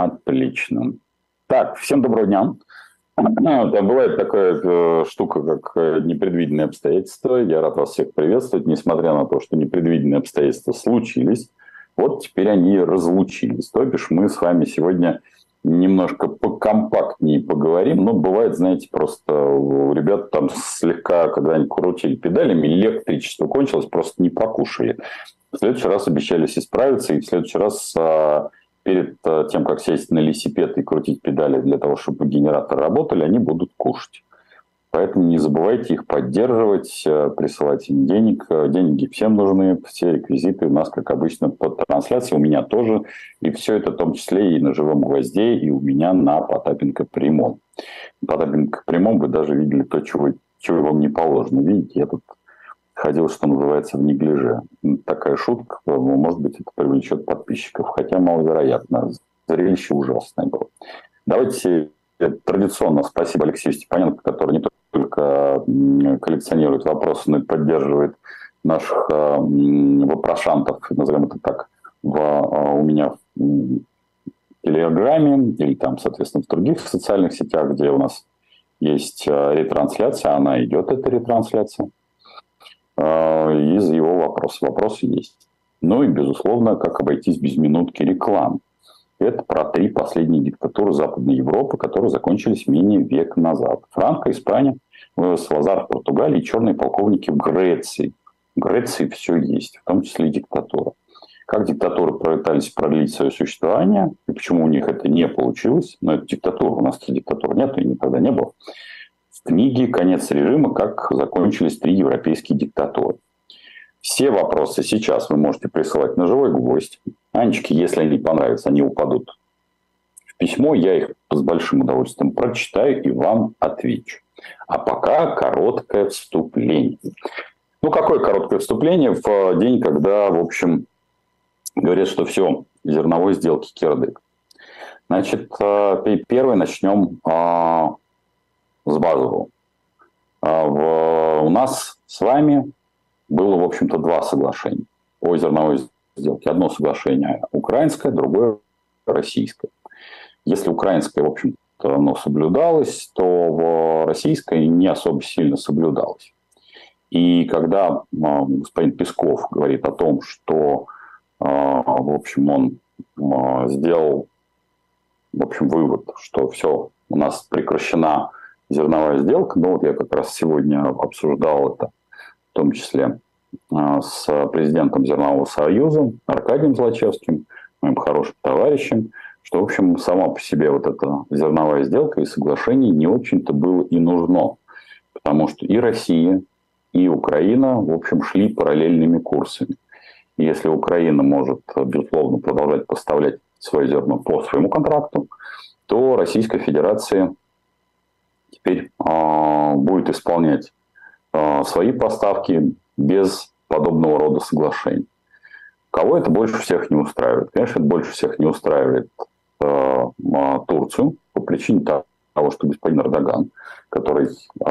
Отлично. Так, всем доброго дня. Да, бывает такая штука, как непредвиденные обстоятельства. Я рад вас всех приветствовать, несмотря на то, что непредвиденные обстоятельства случились. Вот теперь они разлучились. То бишь мы с вами сегодня немножко покомпактнее поговорим. Но бывает, знаете, просто у ребят там слегка, когда они крутили педалями, электричество кончилось, просто не покушали. В следующий раз обещались исправиться, и в следующий раз перед тем, как сесть на велосипед и крутить педали для того, чтобы генераторы работали, они будут кушать. Поэтому не забывайте их поддерживать, присылать им денег. Деньги всем нужны, все реквизиты у нас, как обычно, под трансляцией. У меня тоже. И все это в том числе и на живом гвозде, и у меня на Потапенко прямом. На Потапенко прямом вы даже видели то, чего вам не положено. Видите, я тут ходил, что называется, в неглиже. Такая шутка, может быть, это привлечет подписчиков. Хотя маловероятно. Зрелище ужасное было. Давайте традиционно спасибо Алексею Степаненко, который не только коллекционирует вопросы, но и поддерживает наших вопрошантов, назовем это так, у меня в Телеграме или там, соответственно, в других социальных сетях, где у нас есть ретрансляция, она идет, эта ретрансляция. Из его вопросов. Вопросы есть. Ну и, безусловно, как обойтись без минутки рекламы. Это про 3 последние диктатуры Западной Европы, которые закончились менее века назад. Франко, Испания, Салазар в Португалии и черные полковники в Греции. В Греции все есть, в том числе и диктатура. Как диктатуры пытались продлить свое существование, и почему у них это не получилось, но это диктатура, у нас диктатуры нет и никогда не было. В книге «Конец режима. Как закончились 3 европейские диктатуры». Все вопросы сейчас вы можете присылать на живой гвоздь. Анечке, если они понравятся, они упадут в письмо. Я их с большим удовольствием прочитаю и вам отвечу. А пока короткое вступление. Ну, какое короткое вступление в день, когда, в общем, говорят, что все, зерновой сделки кирдык. Значит, первый начнем с базового. У нас с вами было, в общем-то, 2 соглашения о зерновой сделке. Одно соглашение украинское, другое российское. Если украинское, в общем-то, оно соблюдалось, то российское не особо сильно соблюдалось. И когда господин Песков говорит о том, что, в общем, он сделал, в общем, вывод, что все, у нас прекращена зерновая сделка, но вот я как раз сегодня обсуждал это, в том числе с президентом Зернового союза Аркадием Злачевским, моим хорошим товарищем, что, в общем, сама по себе вот эта зерновая сделка и соглашение не очень-то было и нужно, потому что и Россия, и Украина, в общем, шли параллельными курсами. И если Украина может, безусловно, продолжать поставлять свое зерно по своему контракту, то Российская Федерация теперь будет исполнять свои поставки без подобного рода соглашений. Кого это больше всех не устраивает? Конечно, это больше всех не устраивает Турцию по причине того, что господин Эрдоган, который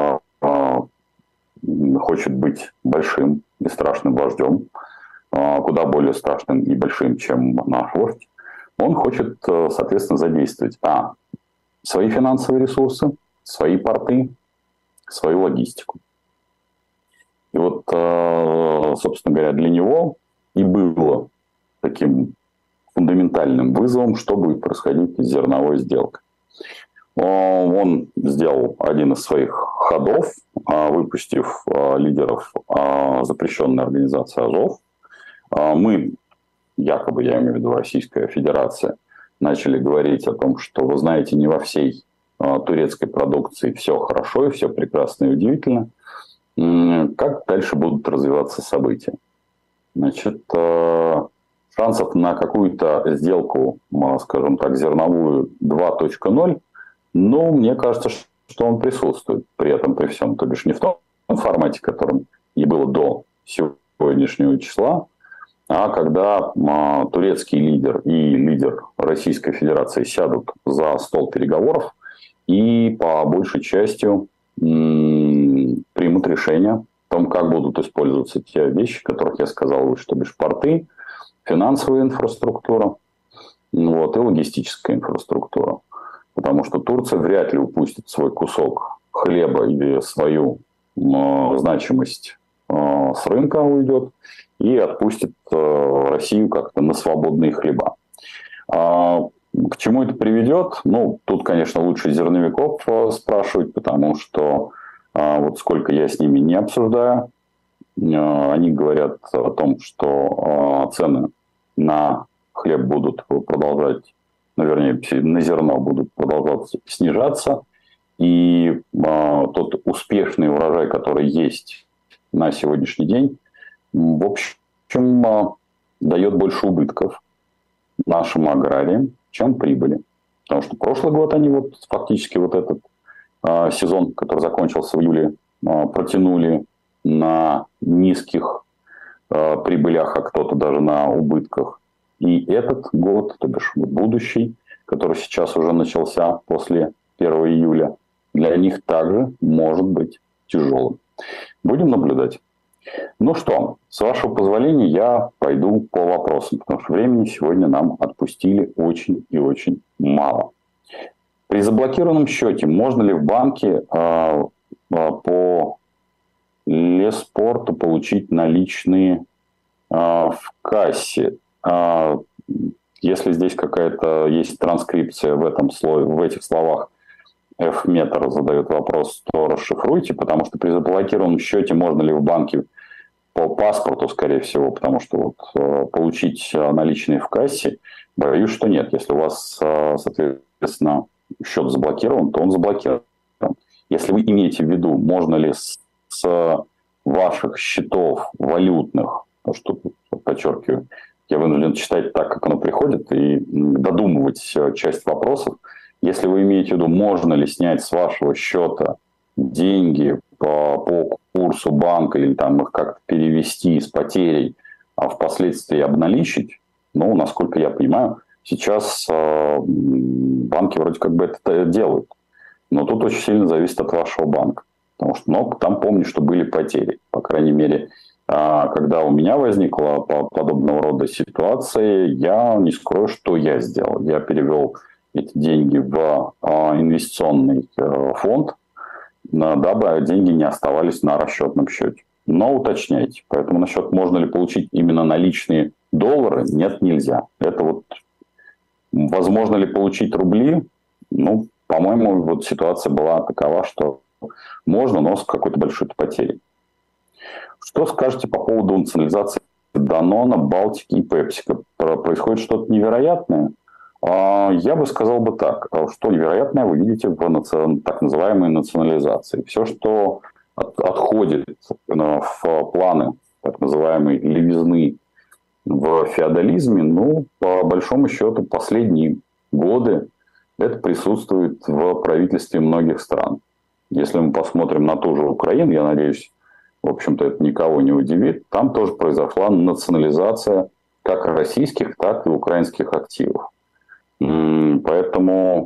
хочет быть большим и страшным вождем, куда более страшным и большим, чем наш вождь, он хочет, соответственно, задействовать свои финансовые ресурсы, свои порты, свою логистику. И вот, собственно говоря, для него и было таким фундаментальным вызовом, что будет происходить с зерновой сделкой. Он сделал один из своих ходов, выпустив лидеров запрещенной организации Азов. Мы, якобы, я имею в виду Российская Федерация, начали говорить о том, что, вы знаете, не во всей турецкой продукции все хорошо и все прекрасно и удивительно. Как дальше будут развиваться события? Значит, шансов на какую-то сделку, скажем так, зерновую 2.0, но мне кажется, что он присутствует при этом, при всем. То бишь не в том формате, которым и было до сегодняшнего числа, а когда турецкий лидер и лидер Российской Федерации сядут за стол переговоров и по большей части примут решение о том, как будут использоваться те вещи, которых я сказал выше, то бишь порты, финансовая инфраструктура вот, и логистическая инфраструктура. Потому что Турция вряд ли упустит свой кусок хлеба или свою значимость с рынка уйдет и отпустит Россию как-то на свободные хлеба. К чему это приведет? Ну, тут, конечно, лучше зерновиков спрашивать, потому что вот сколько я с ними не обсуждаю, они говорят о том, что цены на хлеб будут продолжать, ну, вернее, на зерно будут продолжать снижаться. И тот успешный урожай, который есть на сегодняшний день, в общем, дает больше убытков нашим аграриям, чем прибыли. Потому что прошлый год они вот фактически вот этот сезон, который закончился в июле, протянули на низких прибылях, а кто-то даже на убытках. И этот год, то бишь будущий, который сейчас уже начался после 1 июля, для них также может быть тяжелым. Будем наблюдать. Ну что, с вашего позволения я пойду по вопросам, потому что времени сегодня нам отпустили очень и очень мало. При заблокированном счете можно ли в банке по Леспорту получить наличные в кассе? Если здесь какая-то есть транскрипция в этом слове, в этих словах, F-метр задает вопрос, то расшифруйте, потому что при заблокированном счете можно ли в банке по паспорту, скорее всего, потому что вот, получить наличные в кассе, боюсь, что нет. Если у вас, соответственно, счет заблокирован, то он заблокирован. Если вы имеете в виду, можно ли с ваших счетов валютных, что подчеркиваю, я вынужден читать так, как оно приходит, и додумывать часть вопросов. Если вы имеете в виду, можно ли снять с вашего счета деньги по курсу банка или там их как-то перевести с потерей, а впоследствии обналичить, ну, насколько я понимаю, сейчас банки вроде как бы это делают. Но тут очень сильно зависит от вашего банка. Потому что там помню, что были потери. По крайней мере, когда у меня возникла подобного рода ситуация, я не скрою, что я сделал. Я перевел эти деньги в инвестиционный фонд, дабы деньги не оставались на расчетном счете. Но уточняйте. Поэтому насчет, можно ли получить именно наличные доллары, нет, нельзя. Это вот возможно ли получить рубли? Ну, по-моему, вот ситуация была такова, что можно, но с какой-то большой потерей. Что скажете по поводу национализации Данона, Балтики и Пепсика? Происходит что-то невероятное? Я бы сказал бы так, что невероятное вы видите в так называемой национализации. Все, что отходит в планы так называемой левизны в феодализме, ну, по большому счету, последние годы это присутствует в правительстве многих стран. Если мы посмотрим на ту же Украину, я надеюсь, в общем-то, это никого не удивит, там тоже произошла национализация как российских, так и украинских активов. Поэтому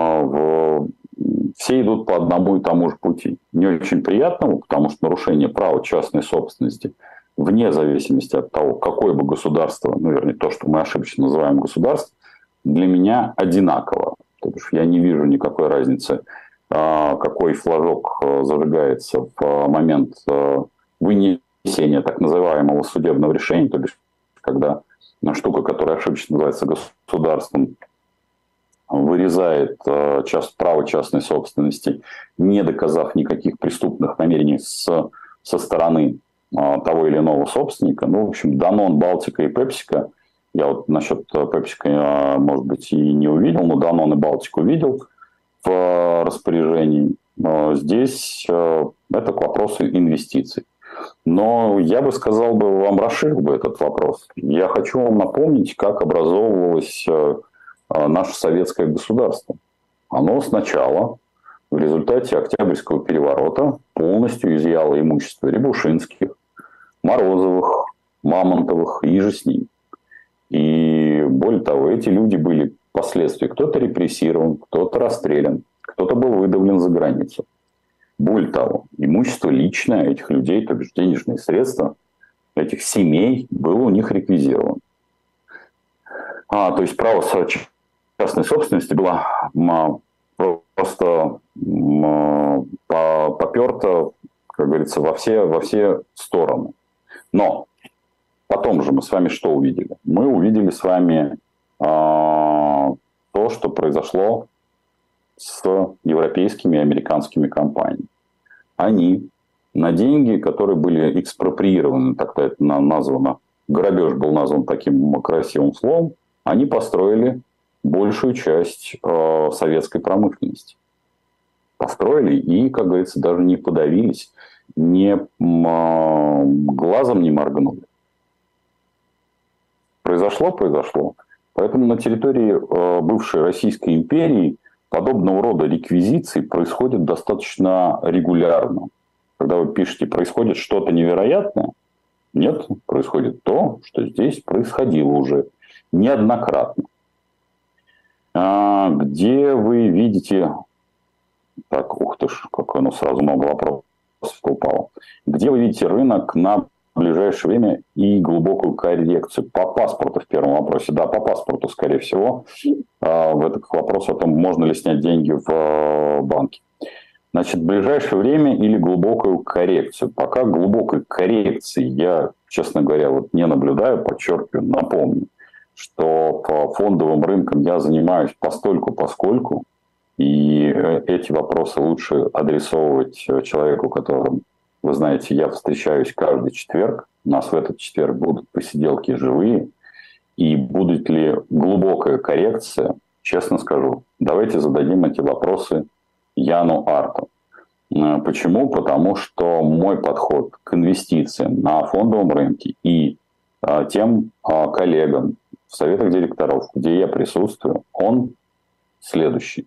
все идут по одному и тому же пути. Не очень приятному, потому что нарушение права частной собственности, вне зависимости от того, какое бы государство, ну, вернее, то, что мы ошибочно называем государством, для меня одинаково. То есть я не вижу никакой разницы, какой флажок зажигается в момент вынесения так называемого судебного решения, то есть когда штука, которая ошибочно называется государством, вырезает право частной собственности, не доказав никаких преступных намерений со стороны того или иного собственника. Ну, в общем, Данон, Балтика и Пепсика, я вот насчет Пепсика, может быть, и не увидел, но Данон и Балтику видел в распоряжении. Здесь это к вопросу инвестиций. Но я бы сказал бы, вам расширил бы этот вопрос. Я хочу вам напомнить, как образовывалось наше советское государство. Оно сначала в результате Октябрьского переворота полностью изъяло имущество Рябушинских, Морозовых, Мамонтовых и же с ним. И более того, эти люди были впоследствии кто-то репрессирован, кто-то расстрелян, кто-то был выдавлен за границу. Более того, имущество личное этих людей, то бишь денежные средства этих семей, было у них реквизировано. То есть право частной собственности было просто поперто, как говорится, во все стороны. Но потом же мы с вами что увидели? Мы увидели с вами то, что произошло с европейскими и американскими компаниями. Они на деньги, которые были экспроприированы, так это названо, грабеж был назван таким красивым словом, они построили большую часть советской промышленности. Построили и, как говорится, даже не подавились, глазом не моргнули. Произошло. Поэтому на территории бывшей Российской империи подобного рода реквизиции происходят достаточно регулярно. Когда вы пишете «происходит что-то невероятное», нет, происходит то, что здесь происходило уже неоднократно. Где вы видите... Так, ух ты ж, какое оно сразу много вопросов упало. Где вы видите рынок на ближайшее время и глубокую коррекцию? По паспорту в первом вопросе. Да, по паспорту, скорее всего. В этом вопрос о том, можно ли снять деньги в банке. Значит, ближайшее время или глубокую коррекцию. Пока глубокой коррекции я, честно говоря, не наблюдаю, подчеркиваю, напомню, что по фондовым рынкам я занимаюсь постольку-поскольку, и эти вопросы лучше адресовывать человеку, которым, вы знаете, я встречаюсь каждый четверг. У нас в этот четверг будут посиделки живые. И будет ли глубокая коррекция, честно скажу, давайте зададим эти вопросы Яну Арту. Почему? Потому что мой подход к инвестициям на фондовом рынке и тем коллегам в советах директоров, где я присутствую, он следующий.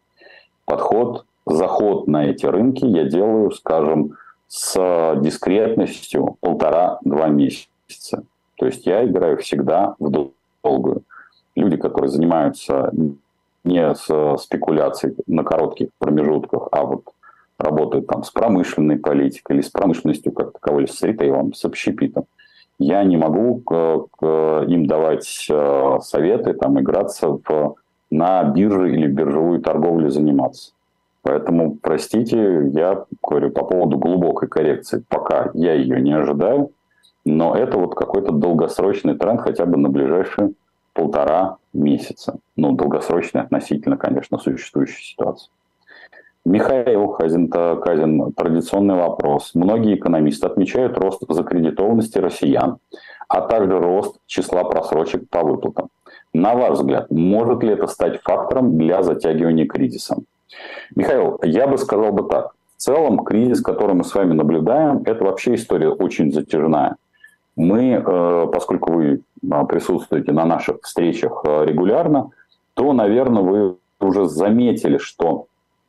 Заход на эти рынки я делаю, скажем, с дискретностью 1,5-2 месяца. То есть я играю всегда в долгую. Люди, которые занимаются не с спекуляцией на коротких промежутках, а работают там с промышленной политикой или с промышленностью как таковой, или с ритейлом, с общепитом. Я не могу им давать советы, играться на бирже или биржевую торговлю заниматься. Поэтому, простите, я говорю по поводу глубокой коррекции. Пока я ее не ожидаю, но это какой-то долгосрочный тренд хотя бы на ближайшие 1,5 месяца. Долгосрочный относительно, конечно, существующей ситуации. Михаил Казин, традиционный вопрос. Многие экономисты отмечают рост закредитованности россиян, а также рост числа просрочек по выплатам. На ваш взгляд, может ли это стать фактором для затягивания кризиса? Михаил, я бы сказал так. В целом, кризис, который мы с вами наблюдаем, это вообще история очень затяжная. Мы, поскольку вы присутствуете на наших встречах регулярно, то, наверное, вы уже заметили, что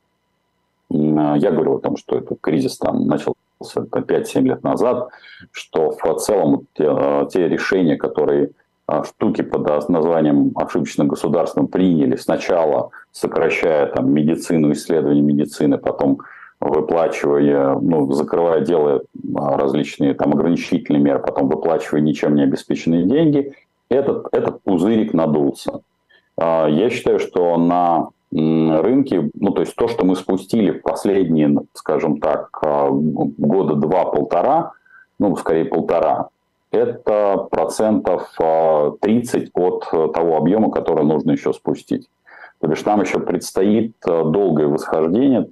я говорю о том, что этот кризис начался 5-7 лет назад, что в целом те решения, которые штуки под названием ошибочным государством приняли, сначала сокращая медицину, исследования медицины, потом выплачивая, закрывая, делая различные ограничительные меры, потом выплачивая ничем не обеспеченные деньги, этот пузырик надулся. Я считаю, что на рынке, то есть то, что мы спустили в последние, скажем так, года 2-1,5, скорее 1,5, это 30% от того объема, который нужно еще спустить. То бишь нам еще предстоит долгое восхождение,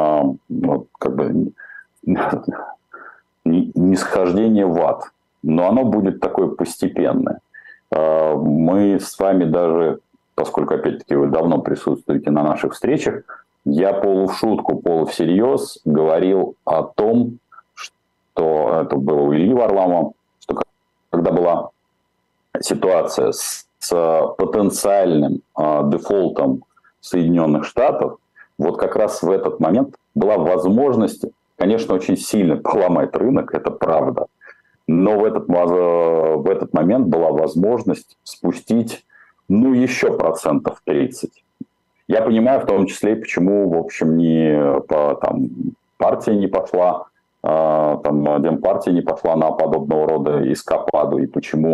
нисхождение в ад, но оно будет такое постепенное. Мы с вами даже, поскольку, опять-таки, вы давно присутствуете на наших встречах, я полушутку, полувсерьез говорил о том, что это было у Ильи Варламова, что когда была ситуация с потенциальным дефолтом Соединенных Штатов, как раз в этот момент была возможность, конечно, очень сильно поломать рынок, это правда, но в этот момент была возможность спустить еще 30%. Я понимаю в том числе, почему, в общем, партия не пошла, Демпартия не пошла на подобного рода эскападу, и почему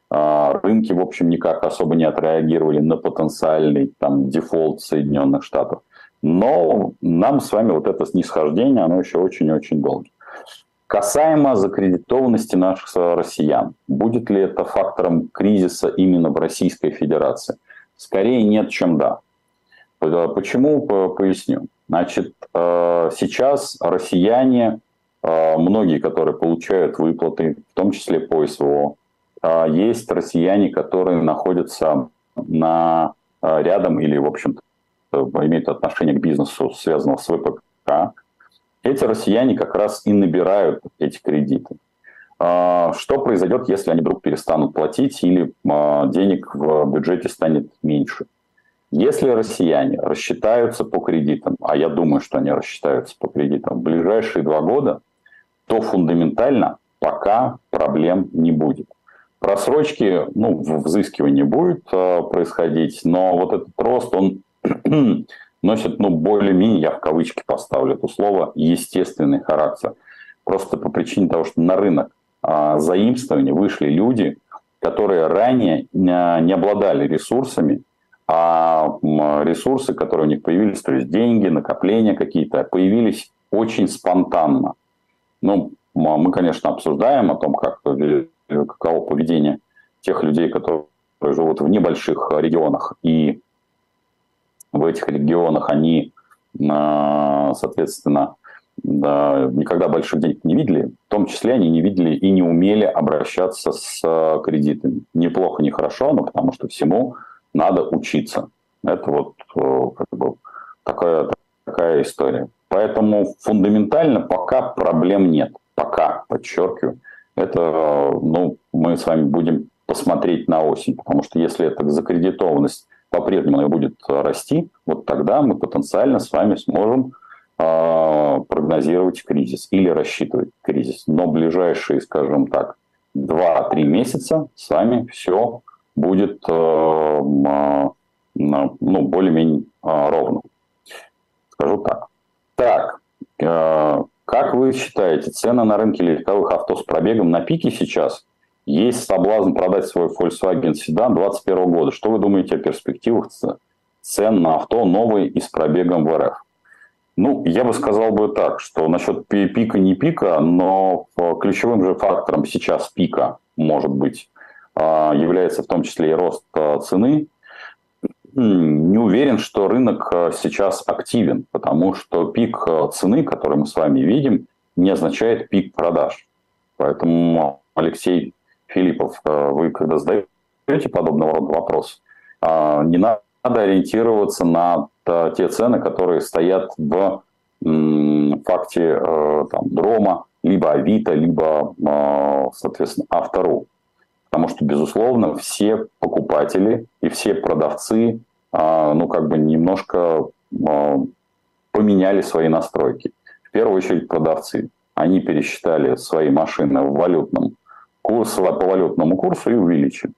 Рынки, в общем, никак особо не отреагировали на потенциальный там дефолт Соединенных Штатов. Но нам с вами вот это снисхождение, оно еще очень-очень долго. Касаемо закредитованности наших россиян, будет ли это фактором кризиса именно в Российской Федерации? Скорее нет, чем да. Почему? Поясню. Значит, сейчас россияне, многие, которые получают выплаты, в том числе по СВО, есть россияне, которые находятся рядом или, в общем-то, имеют отношение к бизнесу, связанному с ВПК. Эти россияне как раз и набирают эти кредиты. Что произойдет, если они вдруг перестанут платить или денег в бюджете станет меньше? Если россияне рассчитаются по кредитам, а я думаю, что они рассчитаются по кредитам в ближайшие 2 года, то фундаментально пока проблем не будет. Просрочки, взыскивание будет происходить, но вот этот рост, он носит, более-менее, я в кавычки поставлю это слово, естественный характер. Просто по причине того, что на рынок заимствования вышли люди, которые ранее не обладали ресурсами, а ресурсы, которые у них появились, то есть деньги, накопления какие-то, появились очень спонтанно. Мы, конечно, обсуждаем о том, каково поведение тех людей, которые живут в небольших регионах, и в этих регионах они, соответственно, никогда больших денег не видели, в том числе они не видели и не умели обращаться с кредитами. Неплохо, не хорошо, но потому что всему надо учиться. Это такая история. Поэтому фундаментально пока проблем нет. Пока, подчеркиваю. Это, мы с вами будем посмотреть на осень. Потому что если эта закредитованность по-прежнему будет расти, вот тогда мы потенциально с вами сможем прогнозировать кризис или рассчитывать кризис. Но ближайшие, скажем так, 2-3 месяца с вами все будет более-менее ровно. Скажу так. Как вы считаете, цены на рынке легковых авто с пробегом на пике сейчас? Есть соблазн продать свой Volkswagen Sedan 2021 года. Что вы думаете о перспективах цен на авто новые и с пробегом в РФ? Я бы сказал так, что насчет пика не пика, но ключевым же фактором сейчас пика, может быть, является в том числе и рост цены. Не уверен, что рынок сейчас активен, потому что пик цены, который мы с вами видим, не означает пик продаж. Поэтому, Алексей Филиппов, вы когда задаете подобного рода вопрос, не надо ориентироваться на те цены, которые стоят в факте Дрома, либо Авито, либо, соответственно, Автору. Потому что, безусловно, все покупатели и все продавцы, немножко поменяли свои настройки. В первую очередь продавцы. Они пересчитали свои машины по валютному курсу и увеличили.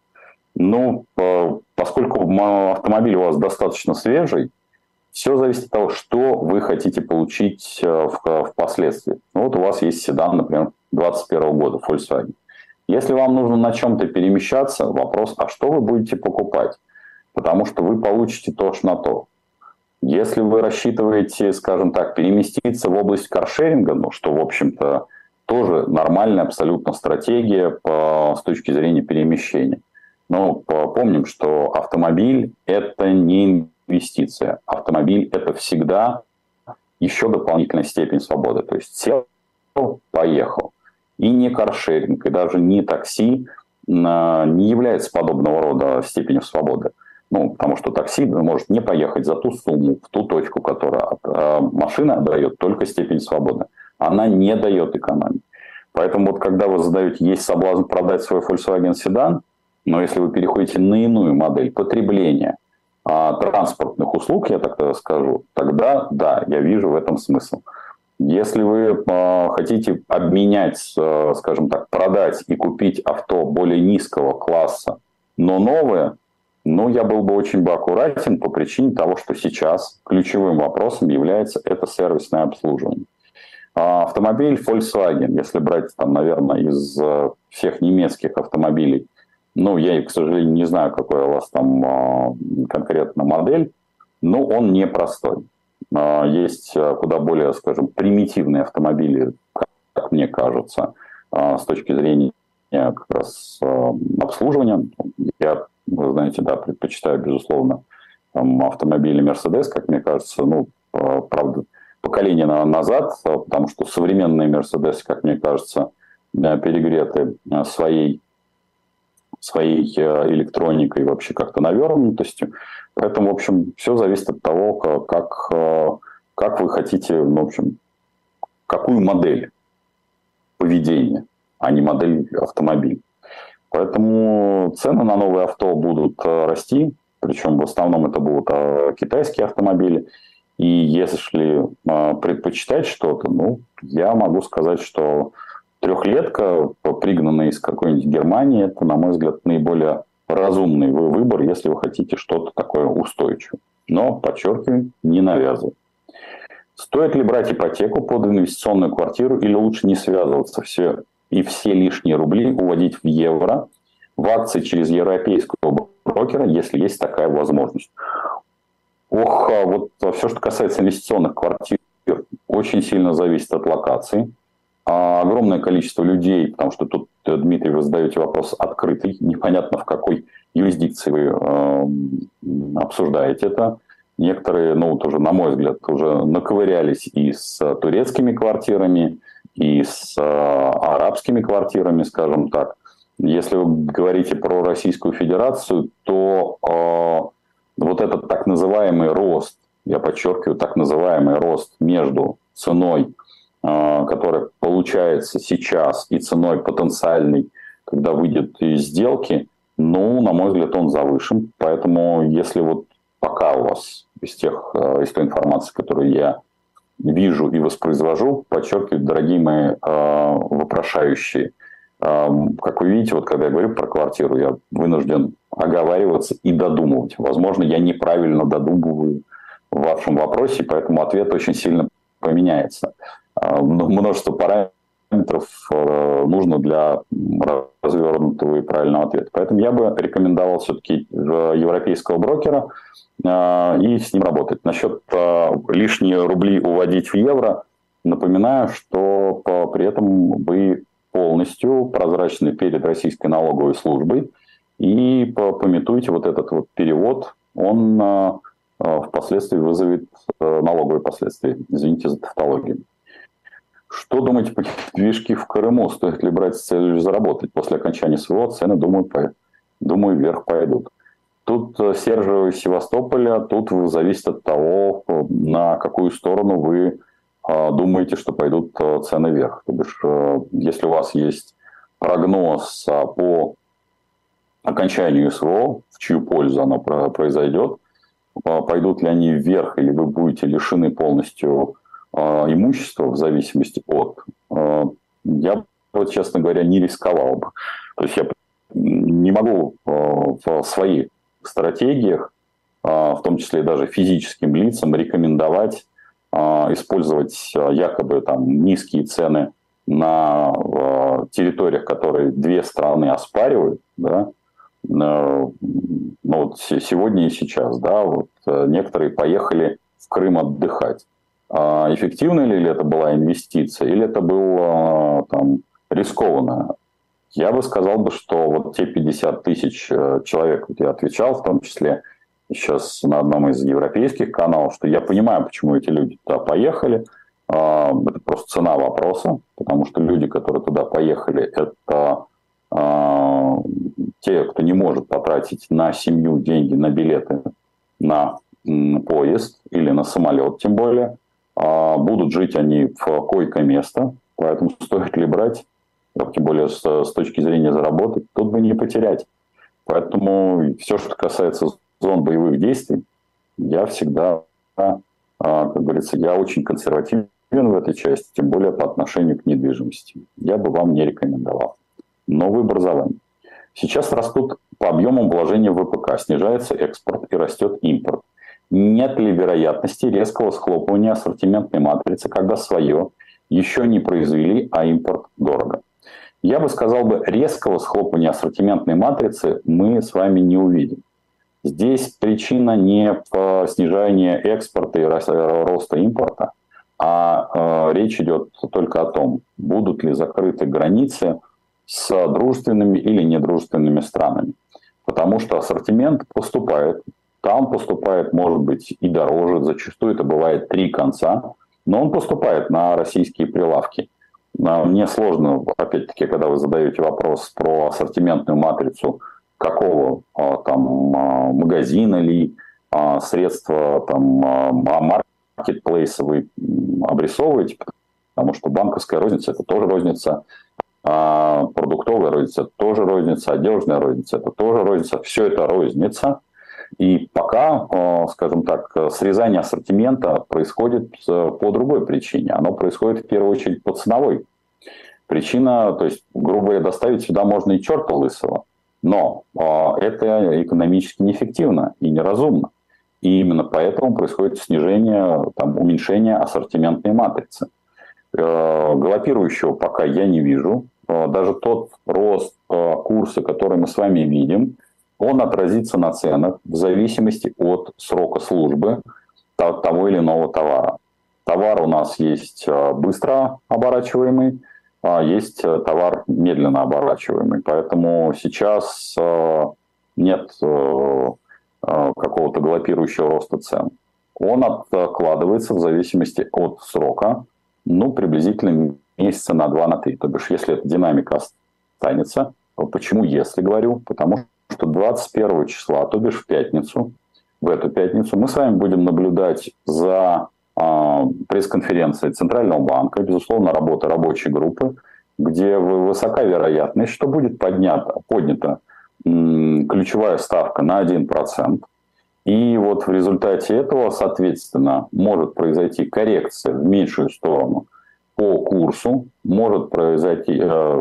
Поскольку автомобиль у вас достаточно свежий, все зависит от того, что вы хотите получить впоследствии. У вас есть седан, например, 2021 года, Volkswagen. Если вам нужно на чем-то перемещаться, вопрос, а что вы будете покупать? Потому что вы получите то ж на то. Если вы рассчитываете, скажем так, переместиться в область каршеринга, что, в общем-то, тоже нормальная абсолютно стратегия с точки зрения перемещения. Но помним, что автомобиль – это не инвестиция. Автомобиль – это всегда еще дополнительная степень свободы. То есть сел, поехал. И не каршеринг, и даже не такси не является подобного рода степенью свободы. Потому что такси может не поехать за ту сумму, в ту точку, которую машина дает только степень свободы. Она не дает экономии. Поэтому когда вы задаете, есть соблазн продать свой Volkswagen Sedan, но если вы переходите на иную модель потребления транспортных услуг, я так скажу, тогда да, я вижу в этом смысл. Если вы хотите обменять, скажем так, продать и купить авто более низкого класса, но новое, я был бы очень аккуратен по причине того, что сейчас ключевым вопросом является это сервисное обслуживание. Автомобиль Volkswagen, если брать, наверное, из всех немецких автомобилей, Ну, я, к сожалению, не знаю, какая у вас там конкретно модель, но он непростой. Есть куда более, скажем, примитивные автомобили, как мне кажется, с точки зрения как раз обслуживания. Я, вы знаете, да, предпочитаю, безусловно, там, автомобили Mercedes, как мне кажется, ну, правда, поколение назад, потому что современные Mercedes, как мне кажется, перегреты своей электроникой, вообще как-то навернутостью. Поэтому, в общем, все зависит от того, как вы хотите, ну, в общем, какую модель поведения, а не модель автомобиля. Поэтому цены на новые авто будут расти, причем в основном это будут китайские автомобили. И если предпочитать что-то, ну, я могу сказать, что трехлетка, пригнанная из какой-нибудь Германии, это, на мой взгляд, наиболее разумный выбор, если вы хотите что-то такое устойчивое. Но, подчеркиваю, не навязывать. Стоит ли брать ипотеку под инвестиционную квартиру или лучше не связываться все лишние рубли уводить в евро, в акции через европейского брокера, если есть такая возможность? Ох, вот все, что касается инвестиционных квартир, очень сильно зависит от локации. Огромное количество людей, потому что тут, Дмитрий, вы задаете вопрос открытый, непонятно в какой юрисдикции вы обсуждаете это. Некоторые, ну, тоже, на мой взгляд, уже наковырялись и с турецкими квартирами, и с арабскими квартирами, скажем так. Если вы говорите про Российскую Федерацию, то вот этот так называемый рост, я подчеркиваю, так называемый рост между ценой, которая получается сейчас, и ценой потенциальной, когда выйдет из сделки, ну, на мой взгляд, он завышен. Поэтому, если вот пока у вас из той информации, которую я вижу и воспроизвожу, подчеркиваю, дорогие мои вопрошающие, как вы видите, вот когда я говорю про квартиру, я вынужден оговариваться и додумывать. Возможно, я неправильно додумываю в вашем вопросе, поэтому ответ очень сильно поменяется. Множество параметров нужно для развернутого и правильного ответа. Поэтому я бы рекомендовал все-таки европейского брокера и с ним работать. Насчет лишние рубли уводить в евро, напоминаю, что при этом вы полностью прозрачны перед российской налоговой службой и памятуйте, вот этот вот перевод, он впоследствии вызовет налоговые последствия. Извините за тавтологию. Что думаете по движке в Крыму? Стоит ли брать с целью заработать? После окончания своего цены, думаю, вверх пойдут. Тут Сержева из Севастополя, тут зависит от того, на какую сторону вы думаете, что пойдут цены вверх. То бишь, если у вас есть прогноз по окончанию СВО, в чью пользу оно произойдет, пойдут ли они вверх, или вы будете лишены полностью имущества в зависимости от... Я, вот, честно говоря, не рисковал бы. То есть я не могу в своих стратегиях, в том числе и даже физическим лицам, рекомендовать использовать якобы там низкие цены на территориях, которые две страны оспаривают, да, ну, вот сегодня и сейчас, да, вот некоторые поехали в Крым отдыхать. Эффективна ли это была инвестиция, или это было там рискованно? Я бы сказал, что вот те 50 тысяч человек, вот я отвечал в том числе сейчас на одном из европейских каналов, что я понимаю, почему эти люди туда поехали. Это просто цена вопроса, потому что люди, которые туда поехали, это те, кто не может потратить на семью деньги, на билеты, на поезд или на самолет, тем более. Будут жить они в койко-место, поэтому стоит ли брать, тем более с точки зрения заработать, тут бы не потерять. Поэтому все, что касается зон боевых действий, я всегда, как говорится, я очень консервативен в этой части, тем более по отношению к недвижимости. Я бы вам не рекомендовал. Новое образование. Сейчас растут по объемам вложения в ВПК, снижается экспорт и растет импорт. Нет ли вероятности резкого схлопывания ассортиментной матрицы, когда свое еще не произвели, а импорт дорого? я бы сказал, резкого схлопывания ассортиментной матрицы мы с вами не увидим. Здесь причина не в снижении экспорта и роста импорта, а речь идет только о том, будут ли закрыты границы с дружественными или недружественными странами. Потому что ассортимент поступает, там поступает, может быть, и дороже, зачастую это бывает 3 конца, но он поступает на российские прилавки. Мне сложно, опять-таки, когда вы задаете вопрос про ассортиментную матрицу, какого там магазина ли, средства там маркетплейса вы обрисовываете, потому что банковская розница – это тоже розница, продуктовая розница – это тоже розница, одежная розница – это тоже розница, все это розница. И пока, скажем так, срезание ассортимента происходит по другой причине. Оно происходит в первую очередь по ценовой. Причина, то есть, грубо говоря, доставить сюда можно и черта лысого, но это экономически неэффективно и неразумно. И именно поэтому происходит снижение, уменьшение ассортиментной матрицы. Галопирующего пока я не вижу. Даже тот рост курса, который мы с вами видим, он отразится на ценах в зависимости от срока службы того или иного товара. Товар у нас есть быстро оборачиваемый, а есть товар медленно оборачиваемый. Поэтому сейчас нет какого-то галопирующего роста цен. Он откладывается в зависимости от срока, приблизительно месяца на 2-3. То бишь, если эта динамика останется, почему если говорю? Потому что 21 числа, то бишь в эту пятницу, мы с вами будем наблюдать за пресс-конференцией Центрального банка, безусловно, работа рабочей группы, где высока вероятность, что будет поднята ключевая ставка на 1%. И вот в результате этого, соответственно, может произойти коррекция в меньшую сторону по курсу, может произойти,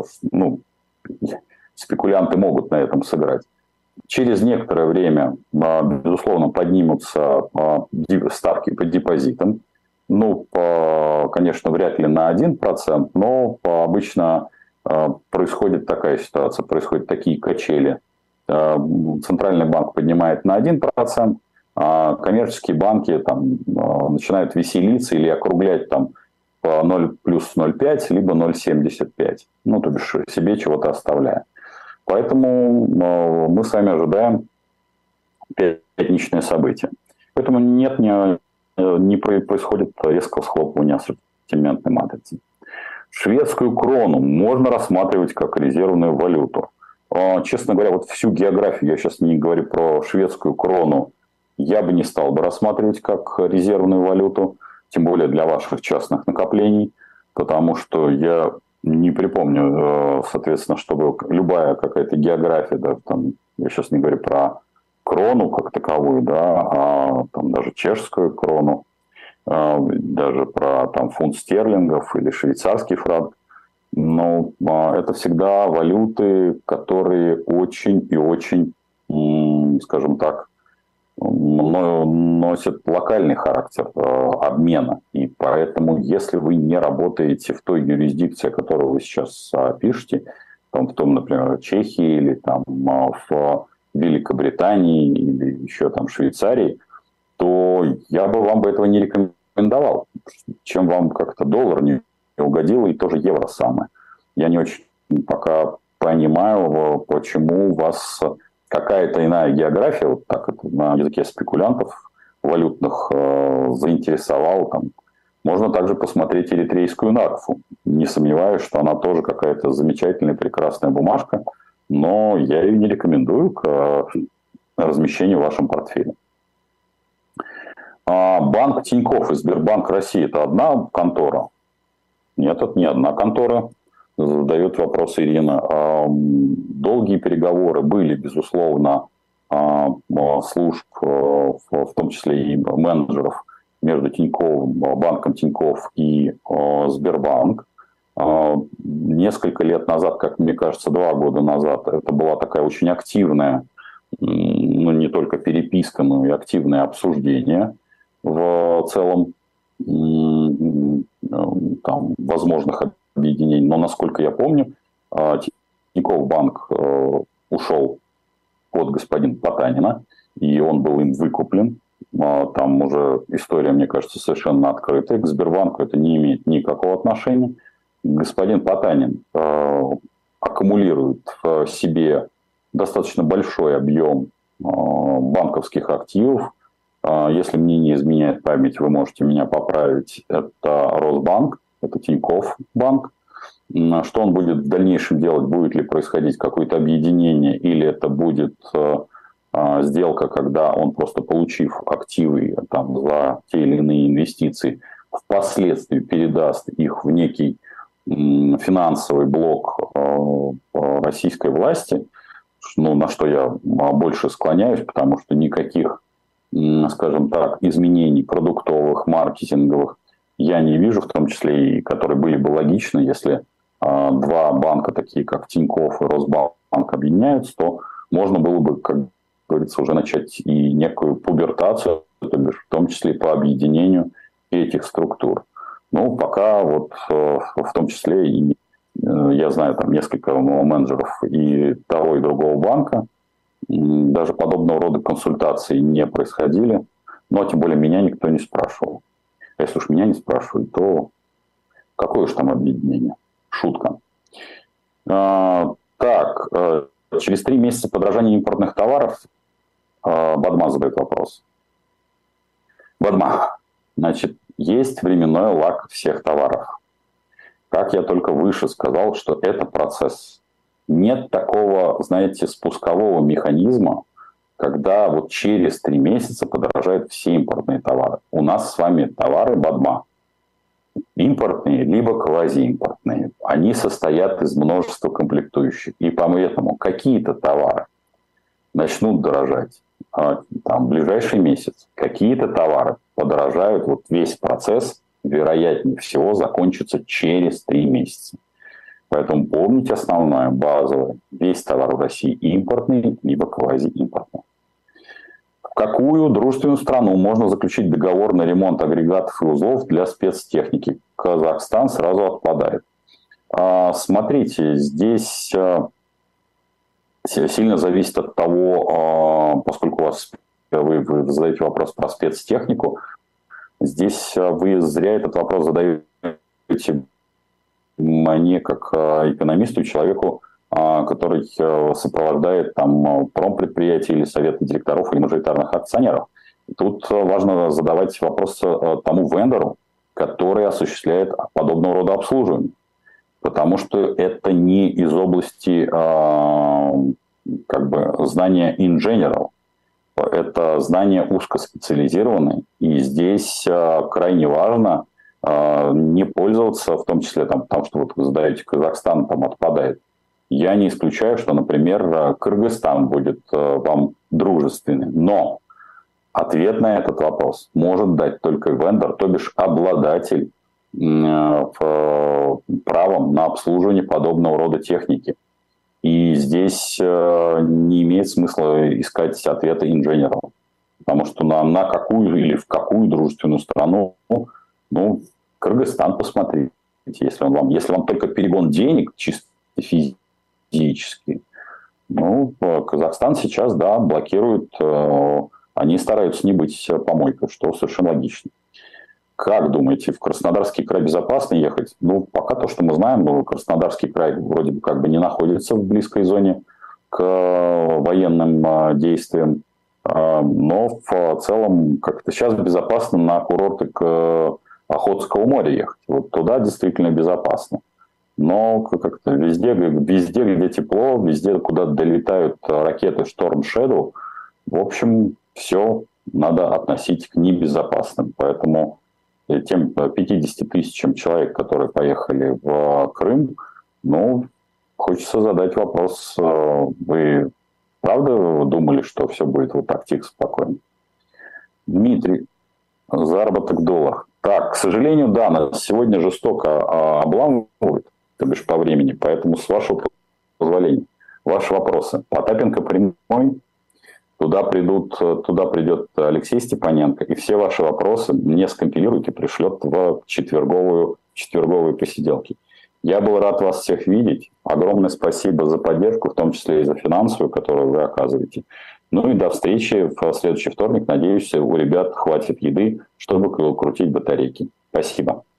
спекулянты могут на этом сыграть. Через некоторое время, безусловно, поднимутся ставки по депозитам. Конечно, вряд ли на 1%, но обычно происходит такая ситуация, происходят такие качели. Центральный банк поднимает на 1%, а коммерческие банки начинают веселиться или округлять по 0 плюс 0,5, либо 0,75. То бишь себе чего-то оставляя. Поэтому мы с вами ожидаем пятничное событие. Поэтому не происходит резкого схлопывания ассортиментной матрицы. Шведскую крону можно рассматривать как резервную валюту. Честно говоря, всю географию, я сейчас не говорю про шведскую крону, я бы не стал бы рассматривать как резервную валюту, тем более для ваших частных накоплений, потому что я не припомню, соответственно, чтобы любая какая-то география, я сейчас не говорю про крону как таковую, а даже чешскую крону, даже про фунт стерлингов или швейцарский франк. Но это всегда валюты, которые очень и очень, скажем так, носят локальный характер обмена. И поэтому, если вы не работаете в той юрисдикции, которую вы сейчас пишете, в том, например, Чехии или в Великобритании или еще Швейцарии, то я бы вам этого не рекомендовал. Чем вам как-то доллар не угодил, и тоже евро самое. Я не очень пока понимаю, почему у вас какая-то иная география, на языке спекулянтов валютных заинтересовала. Можно также посмотреть эритрейскую нарфу. Не сомневаюсь, что она тоже какая-то замечательная, прекрасная бумажка, но я ее не рекомендую к размещению в вашем портфеле. Банк Тинькофф и Сбербанк России – это одна контора? Нет, это не одна контора. Задает вопрос Ирина. Долгие переговоры были, безусловно, служб, в том числе и менеджеров, между банком Тинькофф и Сбербанк. Несколько лет назад, как мне кажется, 2 года назад, это была такая очень активная, не только переписка, но и активное обсуждение в целом возможных объединений. Но, насколько я помню, Тинькофф банк ушел под господина Потанина, и он был им выкуплен. Там уже история, мне кажется, совершенно открытая. К Сбербанку это не имеет никакого отношения. Господин Потанин аккумулирует в себе достаточно большой объем банковских активов. Если мне не изменяет память, вы можете меня поправить. Это Росбанк, это Тинькофф банк. Что он будет в дальнейшем делать? Будет ли происходить какое-то объединение, или это будет сделка, когда он, просто получив активы там, за те или иные инвестиции, впоследствии передаст их в некий финансовый блок российской власти, на что я больше склоняюсь, потому что никаких, скажем так, изменений продуктовых, маркетинговых я не вижу, в том числе и которые были бы логичны, если два банка, такие как Тинькофф и Росбанк, объединяются, то можно было бы, как говорится, уже начать и некую пубертацию, в том числе по объединению этих структур. Ну, пока вот в том числе и я знаю там несколько менеджеров и того, и другого банка, даже подобного рода консультации не происходили, но тем более меня никто не спрашивал. Если уж меня не спрашивают, то какое уж там объединение? Шутка. Так, через 3 месяца подорожания импортных товаров Бадма задает вопрос. Бадма, значит, есть временной лаг всех товаров. Как я только выше сказал, что это процесс. Нет такого, знаете, спускового механизма, когда вот через 3 месяца подорожают все импортные товары. У нас с вами товары Бадма. Импортные, либо квазиимпортные. Они состоят из множества комплектующих. И поэтому какие-то товары начнут дорожать там, в ближайший месяц. Какие-то товары подорожают. Вот весь процесс, вероятнее всего, закончится через 3 месяца. Поэтому помните основное, базовое. Весь товар в России импортный, либо квазиимпортный. В какую дружественную страну можно заключить договор на ремонт агрегатов и узлов для спецтехники? Казахстан сразу отпадает. Смотрите, здесь сильно зависит от того, поскольку вы задаете вопрос про спецтехнику, здесь вы зря этот вопрос задаете мне как экономисту, человеку, который сопровождает там промпредприятия или советы директоров или мажоритарных акционеров. Тут важно задавать вопрос тому вендору, который осуществляет подобного рода обслуживание. Потому что это не из области знания in general. Это знания узкоспециализированные. И здесь крайне важно не пользоваться, в том числе потому что вот вы задаете, Казахстан там отпадает. Я не исключаю, что, например, Кыргызстан будет вам дружественный. Но ответ на этот вопрос может дать только вендор, то бишь обладатель правом на обслуживание подобного рода техники. И здесь не имеет смысла искать ответы in general. Потому что на какую или в какую дружественную страну, Кыргызстан посмотрите. Если вам только перегон денег чисто физически, Казахстан сейчас, да, блокирует, они стараются не быть помойкой, что совершенно логично. Как думаете, в Краснодарский край безопасно ехать? Пока то, что мы знаем, Краснодарский край вроде бы как бы не находится в близкой зоне к военным действиям, но в целом как-то сейчас безопасно на курорты к Охотского моря ехать. Вот туда действительно безопасно. Но как-то везде, где тепло, везде, куда долетают ракеты Storm Shadow, в общем, все надо относить к небезопасным. Поэтому тем 50 тысячам человек, которые поехали в Крым, хочется задать вопрос, вы правда думали, что все будет вот так тихо, спокойно? Дмитрий, заработок доллар. Так, к сожалению, да, нас сегодня жестоко обламывают, то бишь по времени, поэтому с вашего позволения, ваши вопросы. Потапенко прямой. Туда придет Алексей Степаненко, и все ваши вопросы мне скомпилирует и пришлет в четверговые посиделки. Я был рад вас всех видеть. Огромное спасибо за поддержку, в том числе и за финансовую, которую вы оказываете. Ну и до встречи в следующий вторник. Надеюсь, у ребят хватит еды, чтобы крутить батарейки. Спасибо.